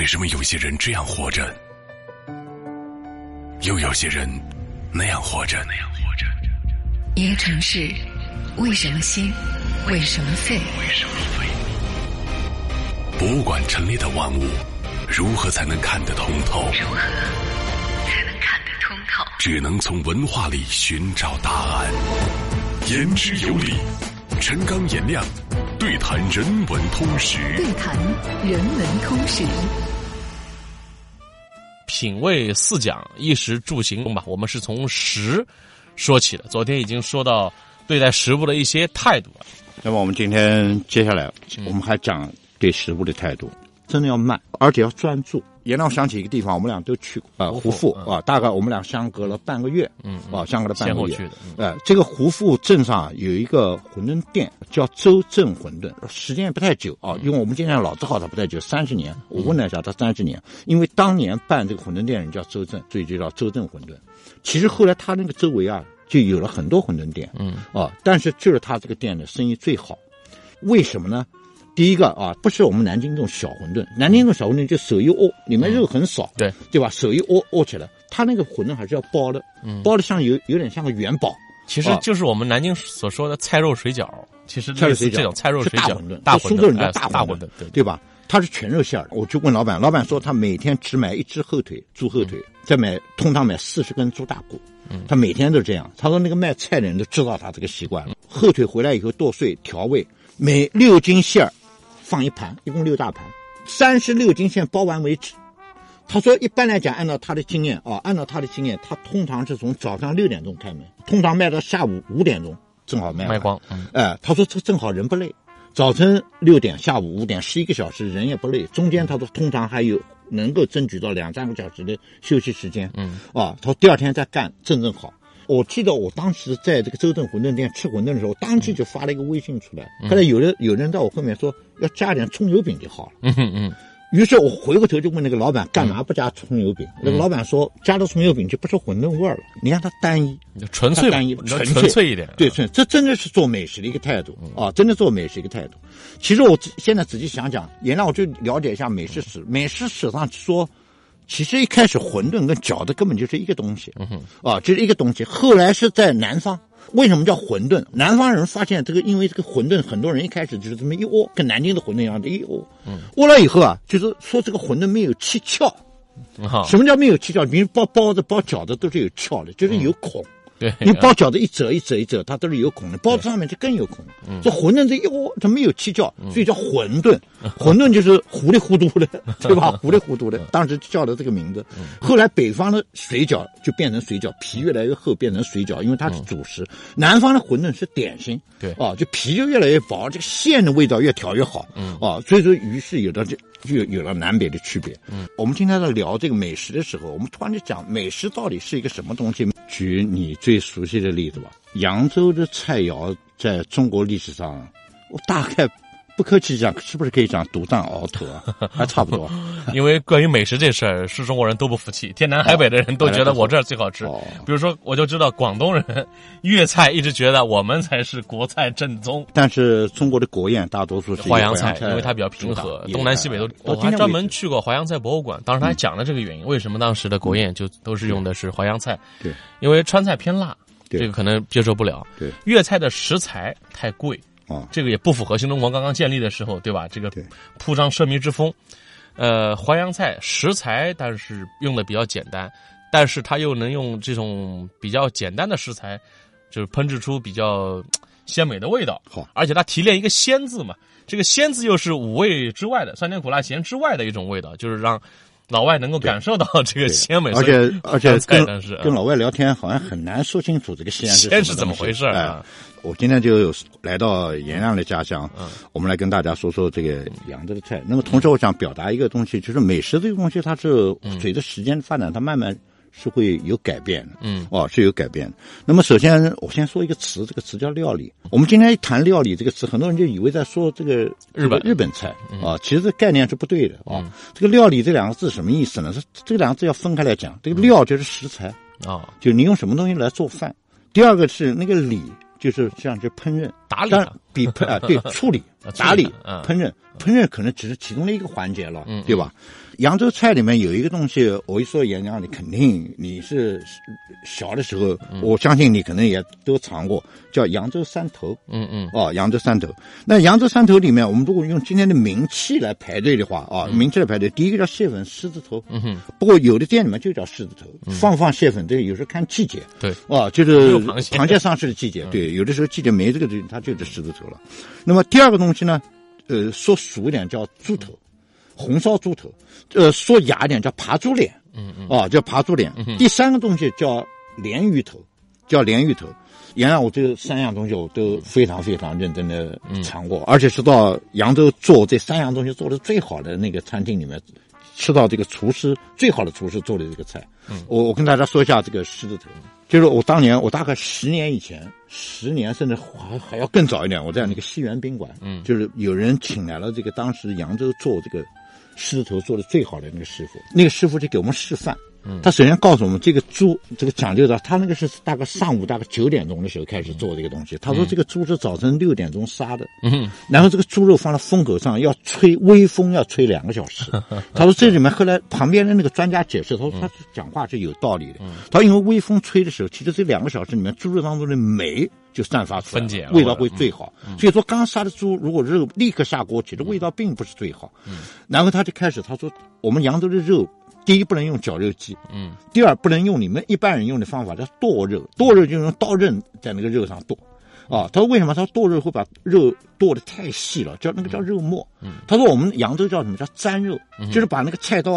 什么有些人这样活着，又有些人那样活着？ 一个城市，为什么兴，为什么废？ 博物馆陈列的万物，如何才能看得通透？只能从文化里寻找答案。言之有理，陈刚颜亮对谈人文通识。 品味四讲，衣食住行吧，我们是从食说起的。昨天已经说到对待食物的一些态度了。 那么我们今天接下来，我们还讲对食物的态度，真的要慢，而且要专注。也让我想起一个地方，我们俩都去过胡阜啊，大概我们俩相隔了半个月，相隔了半个月。这个胡阜镇上有一个馄饨店叫周正馄饨，时间也不太久啊，因为我们今天老字号它不太久，30年。我问了一下，他30年，因为当年办这个馄饨店人叫周正，所以就叫周正馄饨。其实后来他那个周围啊，就有了很多馄饨店，但是就是他这个店的生意最好，为什么呢？第一个啊，不是我们南京这种小馄饨，南京这种小馄饨就手一握，里面肉很少，对吧？手一握起来，它那个馄饨还是要包的，包的像有点像个元宝， 其实就是我们南京所说的菜肉水饺，其实类似这种菜肉水饺， 大馄饨，苏州人叫大馄饨， 对吧？它是全肉馅的。我就问老板，老板说他每天只买1只后腿，猪后腿，再通常买40根猪大骨，他每天都这样。他说那个卖菜的人都知道他这个习惯了。后腿回来以后剁碎调味，每6斤馅放一盘，一共6大盘，36斤馅包完为止。他说一般来讲，按照他的经验，他通常是从早上6点钟开门，通常卖到下午5点钟，正好卖光。 他说这正好人不累，早晨6点，下午5点，11个小时人也不累，中间他说通常还有能够争取到2-3个小时的休息时间。他说第二天再干正好。我记得我当时在这个周正馄饨店吃馄饨的时候，当即就发了一个微信出来。后来有人在我后面说要加点葱油饼就好了。于是我回过头就问那个老板干嘛不加葱油饼？那个老板说加了葱油饼就不是馄饨味儿了。你看它单一， 纯粹一点。 对，这真的是做美食的一个态度啊！真的做美食一个态度。其实我现在仔细想想，也让我就了解一下美食史。美食史上说，其实一开始馄饨跟饺子根本就是一个东西，就是一个东西。后来是在南方，为什么叫馄饨？南方人发现这个，因为这个馄饨，很多人一开始就是这么一握，跟南京的馄饨一样的一握，握了以后啊，就是说这个馄饨没有七窍。什么叫没有七窍？比如包子、包饺子都是有窍的，就是有孔。 对， 你包饺子一折，它都是有孔的，包子上面就更有孔。这馄饨这一握，它没有七窍，所以叫馄饨。馄饨就是糊里糊涂的，对吧？糊里糊涂的，当时叫的这个名字。后来北方的水饺就变成水饺，皮越来越厚，变成水饺，因为它是主食。南方的馄饨是点心， 对就皮就越来越薄，这个馅的味道越调越好。所以说于是就有了南北的区别。我们今天在聊这个美食的时候，我们突然就讲美食到底是一个什么东西。举你最熟悉的例子吧，扬州的菜肴在中国历史上，我大概不客气讲，是不是可以讲独占鳌头啊？还差不多。 因为关于美食这事儿，是中国人都不服气，天南海北的人都觉得我这儿最好吃。比如说，我就知道广东人粤菜一直觉得我们才是国菜正宗。 但是中国的国宴大多数是淮扬菜，因为它比较平和，东南西北都。我还专门去过淮扬菜博物馆，当时他还讲了这个原因，为什么当时的国宴就都是用的是淮扬菜？ 对， 因为川菜偏辣，这个可能接受不了。 对， 粤菜的食材太贵。这个也不符合新中国刚刚建立的时候，对吧？这个铺张奢靡之风。淮扬菜食材但是用的比较简单，但是它又能用这种比较简单的食材，就是烹制出比较鲜美的味道。而且它提炼一个鲜字嘛，这个鲜字又是5味之外的，酸甜苦辣咸之外的一种味道，就是让老外能够感受到这个鲜美。 而且跟老外聊天好像很难说清楚这个鲜是怎么回事啊。 我今天就来到颜亮的家乡，我们来跟大家说说这个扬州的菜。那么同时我想表达一个东西，就是美食这个东西它是随着时间发展，它慢慢是会有改变的。是有改变的。那么首先我先说一个词，这个词叫料理。我们今天一谈料理这个词，很多人就以为在说这个日本菜其实这概念是不对的这个料理这2个字什么意思呢？这2个字要分开来讲。这个料就是食材就你用什么东西来做饭。第二个是那个理，就是像是烹饪， 打理比对处理、打理、烹饪可能只是其中的一个环节了，对吧？扬州菜里面有一个东西，我一说演讲，你肯定你是小的时候，我相信你可能也都尝过，叫扬州三头。扬州三头。那扬州三头里面，我们如果用今天的名气来排队的话名气来排队，第一个叫蟹粉狮子头。不过有的店里面就叫狮子头，放不放蟹粉这个有时候看季节。 对。 就是螃蟹上市的季节。对，有的时候季节没这个，它就是狮子头了。那么第二个东西呢，说俗一点叫猪头。红烧猪头，说雅一点叫扒猪脸，叫扒猪脸。第三个东西叫鲢鱼头，原来我这三样东西我都非常非常认真的尝过，而且是到扬州做这三样东西做的最好的那个餐厅里面，吃到这个最好的厨师做的这个菜。我跟大家说一下这个狮子头，就是我大概10年以前，10年甚至还要更早一点，我在那个西园宾馆，就是有人请来了这个当时扬州做这个狮子头做的最好的那个师傅就给我们示范。他首先告诉我们这个猪这个讲究的，他那个是大概上午大概9点钟的时候开始做这个东西。他说这个猪是早晨6点钟杀的，然后这个猪肉放到风口上要吹微风，要吹2个小时。他说这里面后来旁边的那个专家解释，他说他讲话是有道理的。他说因为微风吹的时候，其实这2个小时里面猪肉当中的酶就散发出来， 分解味道会最好。所以说刚杀的猪如果肉立刻下锅，其实味道并不是最好。然后他就开始他说我们扬州的肉。第一，不能用绞肉机，第二，不能用你们一般人用的方法叫剁肉就用刀刃在那个肉上剁。他说为什么？他说剁肉会把肉剁得太细了，叫肉末。他说我们扬州叫什么？叫粘肉，就是把那个菜刀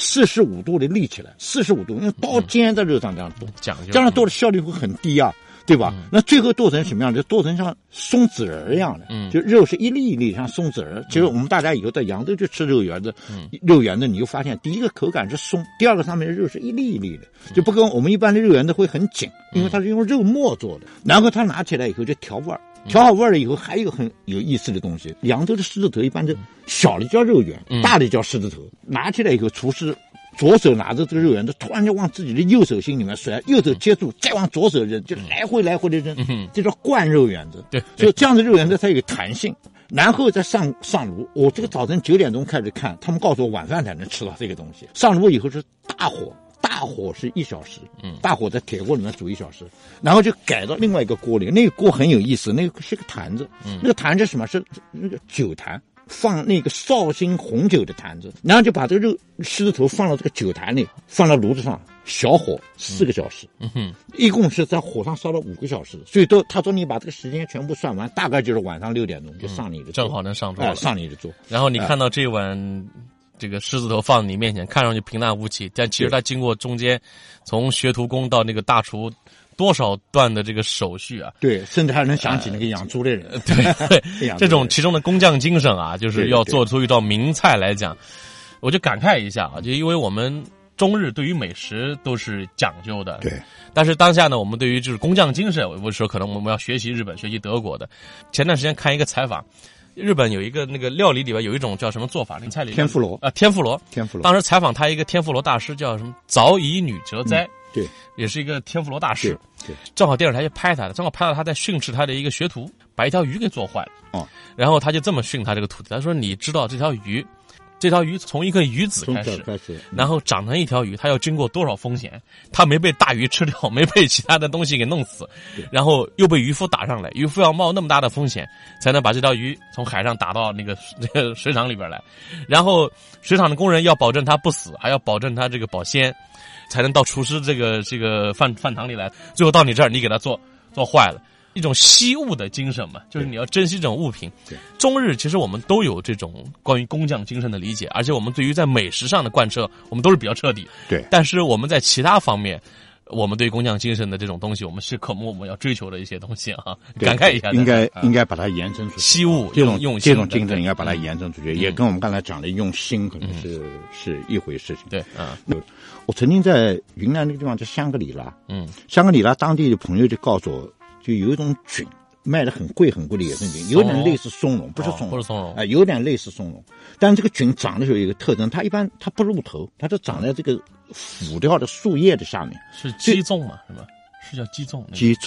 45度的立起来，45度用刀尖在肉上这样剁，这样剁的效率会很低对吧？那最后剁成什么样？就剁成像松子仁一样的，就肉是一粒一粒像松子仁。其实我们大家以后在扬州去吃肉圆子，你就发现第一个口感是松，第二个上面的肉是一粒一粒的，就不跟我们一般的肉圆子会很紧，因为它是用肉末做的。然后它拿起来以后就调味儿，调好味儿了以后，还有一个很有意思的东西，扬州的狮子头一般的小的叫肉圆，大的叫狮子头。拿起来以后，厨师左手拿着这个肉圆子，突然就往自己的右手心里面甩，右手接住，再往左手扔，就来回的扔，这叫灌肉圆子。 对， 所以这样的肉圆子它有弹性，然后再上炉。我这个早晨9点钟开始看，他们告诉我晚饭才能吃到这个东西。上炉以后是大火是1小时，大火在铁锅里面煮1小时，然后就改到另外一个锅里。那个锅很有意思，那个是个坛子，那个坛子什么？是那个酒坛。放那个绍兴红酒的坛子，然后就把这个狮子头放到这个酒坛里，放到炉子上，小火4个小时，一共是在火上烧了5个小时。所以他说你把这个时间全部算完，大概就是晚上6点钟就上你的桌， 正好能上桌， 上你的桌。 然后你看到这碗这个狮子头放你面前，看上去平淡无奇，但其实它经过中间从学徒工到那个大厨多少段的这个手续对，甚至还能想起那个养猪的人， 对，这种其中的工匠精神就是要做出一道名菜来讲，我就感慨一下就因为我们中日对于美食都是讲究的， 对， 但是当下呢，我们对于就是工匠精神，我说可能我们要学习日本、学习德国的。前段时间看一个采访，日本有一个那个料理里边有一种叫什么做法，那菜里天妇罗天妇罗。当时采访他一个天妇罗大师叫什么早乙女哲哉。 对， 也是一个天妇罗大师。 对， 正好电视台就拍他了，正好拍到他在训斥他的一个学徒，把一条鱼给做坏了。然后他就这么训他这个徒弟，他说：“你知道这条鱼从一个鱼子开始，然后长成一条鱼，它要经过多少风险？它没被大鱼吃掉，没被其他的东西给弄死，然后又被渔夫打上来，渔夫要冒那么大的风险，才能把这条鱼从海上打到那个水厂里边来，然后水厂的工人要保证它不死，还要保证它这个保鲜。”才能到厨师这个饭堂里来，最后到你这儿，你给他做坏了，一种惜物的精神嘛，就是你要珍惜这种物品。中日其实我们都有这种关于工匠精神的理解，而且我们对于在美食上的贯彻，我们都是比较彻底。 对， 但是我们在其他方面，我们对工匠精神的这种东西，我们是渴慕我们要追求的一些东西感慨一下。 应该把它延伸出去， 惜物这种精神应该把它延伸出去，也跟我们刚才讲的用心可能是一回事情。 对我曾经在云南那个地方叫香格里拉，香格里拉当地的朋友就告诉我，就有一种菌卖的很贵的野生菌，有点类似松茸，不是松茸，有点类似松茸，但这个菌长的时候有一个特征，它不入头，它就长在这个腐掉的树叶的下面。 是鸡枞嘛？是吧？是叫鸡枞？ 鸡枞，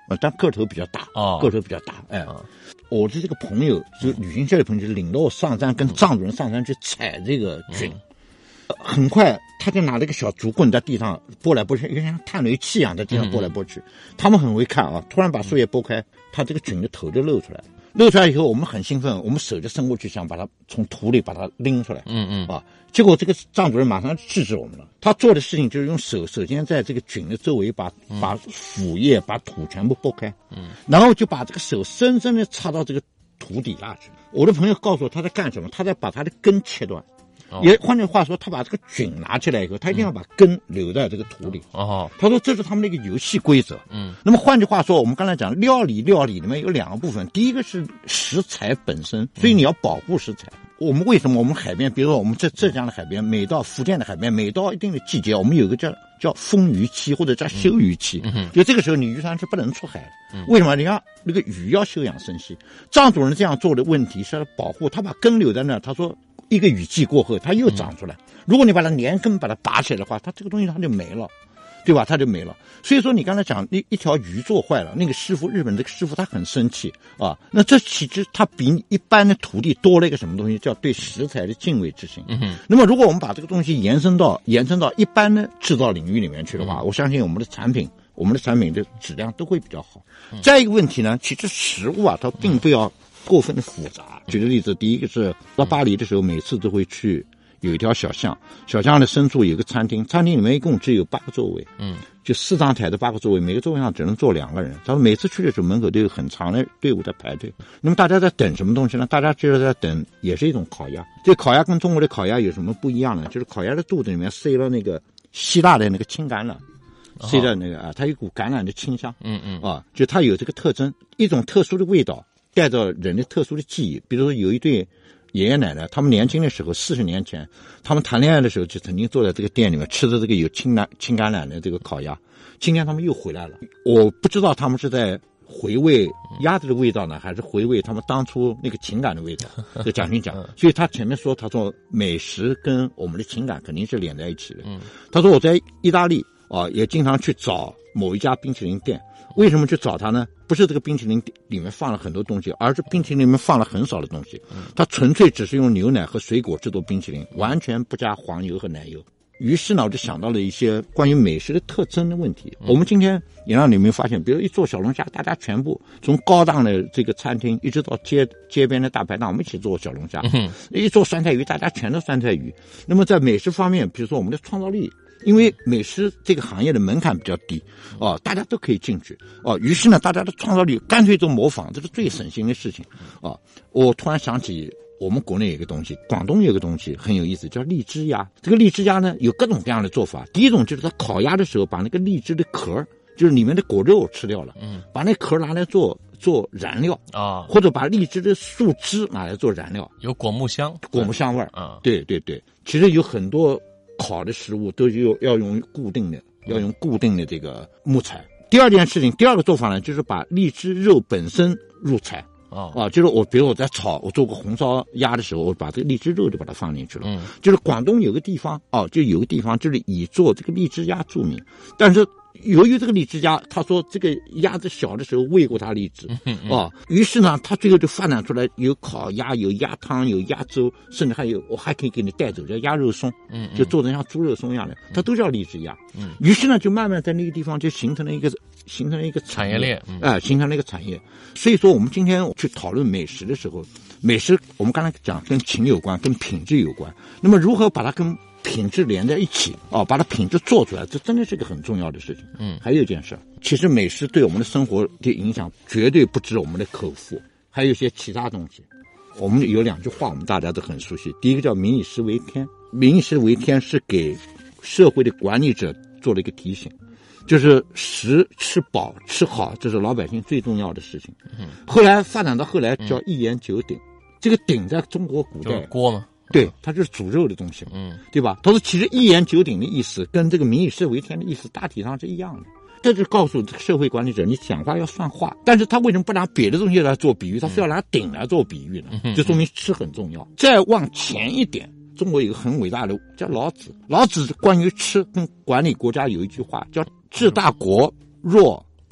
但个头比较大个头比较大。我的这个朋友，就旅行社的朋友，就领着我上山，跟藏族人上山去采这个菌。很快他就拿了一个小竹棍在地上拨来拨去，有点像探雷器一样在地上拨来拨去。他们很会看啊，突然把树叶拨开，他这个菌的头就露出来了。露出来以后，我们很兴奋，我们手就伸过去，想把它从土里把它拎出来。结果这个藏族人马上制止我们了。他做的事情就是用手，首先在这个菌的周围把腐叶、把土全部拨开，然后就把这个手深深的插到这个土底下去。我的朋友告诉我他在干什么，他在把他的根切断。也换句话说，他把这个菌拿起来以后，他一定要把根留在这个土里。他说这是他们的一个游戏规则。那么换句话说，我们刚才讲料理里面有2个部分，第一个是食材本身，所以你要保护食材。我们为什么我们海边，比如说我们浙江的海边，每到福建的海边，每到一定的季节，我们有个叫丰渔期或者叫休渔期，就这个时候你渔船是不能出海的。为什么？你看那个鱼要休养生息，藏族人这样做的问题是保护，他把根留在那儿，他说一个雨季过后它又长出来，如果你把它连根把它拔起来的话，它这个东西它就没了，对吧？它就没了。所以说你刚才讲一条鱼做坏了，那个师傅，日本这个师傅他很生气啊。那这其实他比一般的徒弟多了一个什么东西，叫对食材的敬畏之心。那么如果我们把这个东西延伸到一般的制造领域里面去的话，我相信我们的产品的质量都会比较好。再一个问题呢，其实食物啊，它并不要过分的复杂。举个例子，第一个是到巴黎的时候，每次都会去有一条小巷的深处有个餐厅里面一共只有8个座位，就4张台的8个座位，每个座位上只能坐2个人。他说每次去的时候门口都有很长的队伍在排队。那么大家在等什么东西呢？大家就是在等，也是一种烤鸭。这烤鸭跟中国的烤鸭有什么不一样呢？就是烤鸭的肚子里面塞了那个希腊的那个青橄榄，塞在那个它有一股橄榄的清香，就它有这个特征，一种特殊的味道，带着人的特殊的记忆。比如说有一对爷爷奶奶，他们年轻的时候40年前，他们谈恋爱的时候就曾经坐在这个店里面吃着这个有青橄榄的这个烤鸭。今天他们又回来了，我不知道他们是在回味鸭子的味道呢，还是回味他们当初那个情感的味道。就讲清讲，所以他前面说，他说美食跟我们的情感肯定是连在一起的。他说我在意大利也经常去找某一家冰淇淋店。为什么去找他呢？不是这个冰淇淋里面放了很多东西，而是冰淇淋里面放了很少的东西，它纯粹只是用牛奶和水果制作冰淇淋，完全不加黄油和奶油。于是呢，我就想到了一些关于美食的特征的问题。我们今天也让你们发现，比如一做小龙虾，大家全部从高档的这个餐厅一直到街边的大排档，我们一起做小龙虾。一做酸菜鱼，大家全都酸菜鱼。那么在美食方面，比如说我们的创造力，因为美食这个行业的门槛比较低大家都可以进去于是呢，大家的创造力干脆就模仿，这是最省心的事情我突然想起我们国内有一个东西，广东有个东西很有意思，叫荔枝鸭。这个荔枝鸭呢，有各种各样的做法。第一种就是它烤鸭的时候，把那个荔枝的壳，就是里面的果肉吃掉了，把那壳拿来做燃料或者把荔枝的树枝拿来做燃料， 有果木香味儿对对对。其实有很多烤的食物都要用固定的这个木材。第二个做法呢，就是把荔枝肉本身入菜就是比如我在我做过红烧鸭的时候，我把这个荔枝肉就把它放进去了。就是广东有个地方就有个地方就是以做这个荔枝鸭著名，但是由于这个荔枝鸭，他说这个鸭子小的时候喂过它荔枝于是呢，他最后就发展出来有烤鸭、有鸭汤、有鸭粥，甚至我还可以给你带走叫鸭肉松，就做成像猪肉松一样的，它都叫荔枝鸭。于是呢，就慢慢在那个地方就形成了一个产业链， 形成了一个产业。所以说，我们今天去讨论美食的时候，美食我们刚才讲跟情有关，跟品质有关。那么如何把它跟品质连在一起把它品质做出来，这真的是个很重要的事情。还有一件事，其实美食对我们的生活的影响绝对不止我们的口腹，还有一些其他东西。我们有2句话我们大家都很熟悉，第一个叫民以食为天。民以食为天是给社会的管理者做了一个提醒，就是吃饱吃好，这是老百姓最重要的事情。后来发展到后来叫一言九鼎，这个鼎在中国古代就是锅嘛， 对，它就是煮肉的东西对吧？他说其实一言九鼎的意思跟这个民以食为天的意思大体上是一样的。这就告诉这个社会管理者，你讲话要算话。但是他为什么不拿别的东西来做比喻，他非要拿鼎来做比喻呢？就说明吃很重要。再往前一点，中国有个很伟大的叫老子关于吃跟管理国家有一句话叫治大国若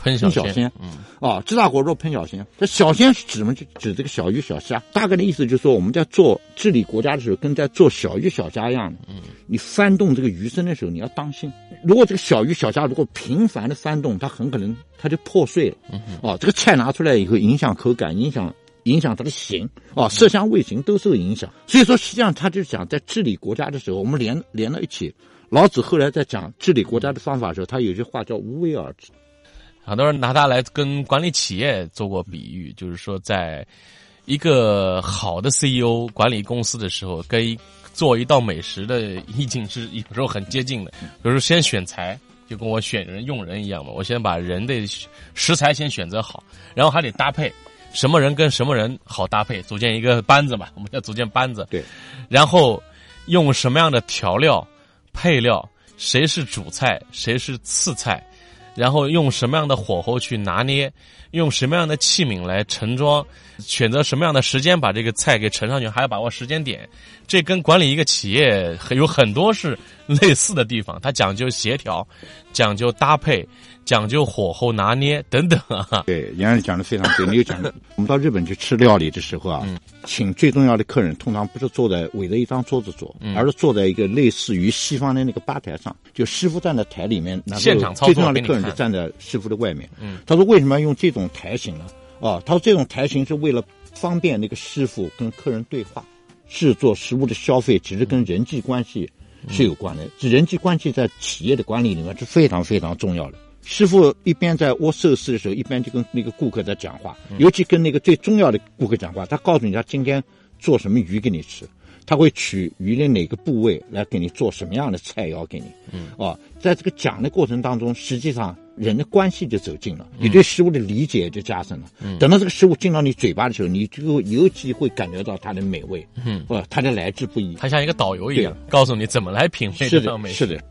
喷小鲜， 治大国肉喷小鲜。这小鲜是指什么？就指这个小鱼小虾。大概的意思就是说，我们在做治理国家的时候，跟在做小鱼小虾一样的。你翻动这个鱼身的时候，你要当心。如果这个小鱼小虾如果频繁的翻动，它很可能它就破碎了。这个菜拿出来以后，影响口感，影响它的形色香味形都受影响。所以说，实际上他就讲在治理国家的时候，我们连到一起。老子后来在讲治理国家的方法的时候，他有句话叫无为而治。 很多人拿它来跟管理企业做过比喻，就是说在一个好的 CEO 管理公司的时候，跟做一道美食的意境是有时候很接近的。比如说先选材，就跟我选人用人一样嘛，我先把人的食材先选择好，然后还得搭配什么人跟什么人好搭配，组建一个班子嘛，我们要组建班子。 对， 然后用什么样的调料配料，谁是主菜谁是次菜，然后用什么样的火候去拿捏，用什么样的器皿来盛装，选择什么样的时间把这个菜给盛上去，还要把握时间点。这跟管理一个企业有很多是类似的地方，它讲究协调，讲究搭配，讲究火候拿捏等等啊。 对，杨老师讲的非常对。你又讲的，我们到日本去吃料理的时候啊，请最重要的客人通常不是坐在围着一张桌子坐，而是坐在一个类似于西方的那个吧台上，就师傅站在台里面， 现场操作， 最重要的客人就站在师傅的外面。他说为什么要用这种台型呢？他说这种台型是为了方便那个师傅跟客人对话。制作食物的消费其实跟人际关系是有关的，这人际关系在企业的管理里面是非常非常重要的。师傅一边在握寿司的时候，一边就跟那个顾客在讲话，尤其跟那个最重要的顾客讲话，他告诉你他今天做什么鱼给你吃，他会取鱼的哪个部位来给你做什么样的菜肴给你。在这个讲的过程当中，实际上人的关系就走近了，你对食物的理解就加深了。等到这个食物进到你嘴巴的时候，你就尤其会感觉到它的美味，它的来之不易。 它像一个导游一样，告诉你怎么来品味这道美食。 是的。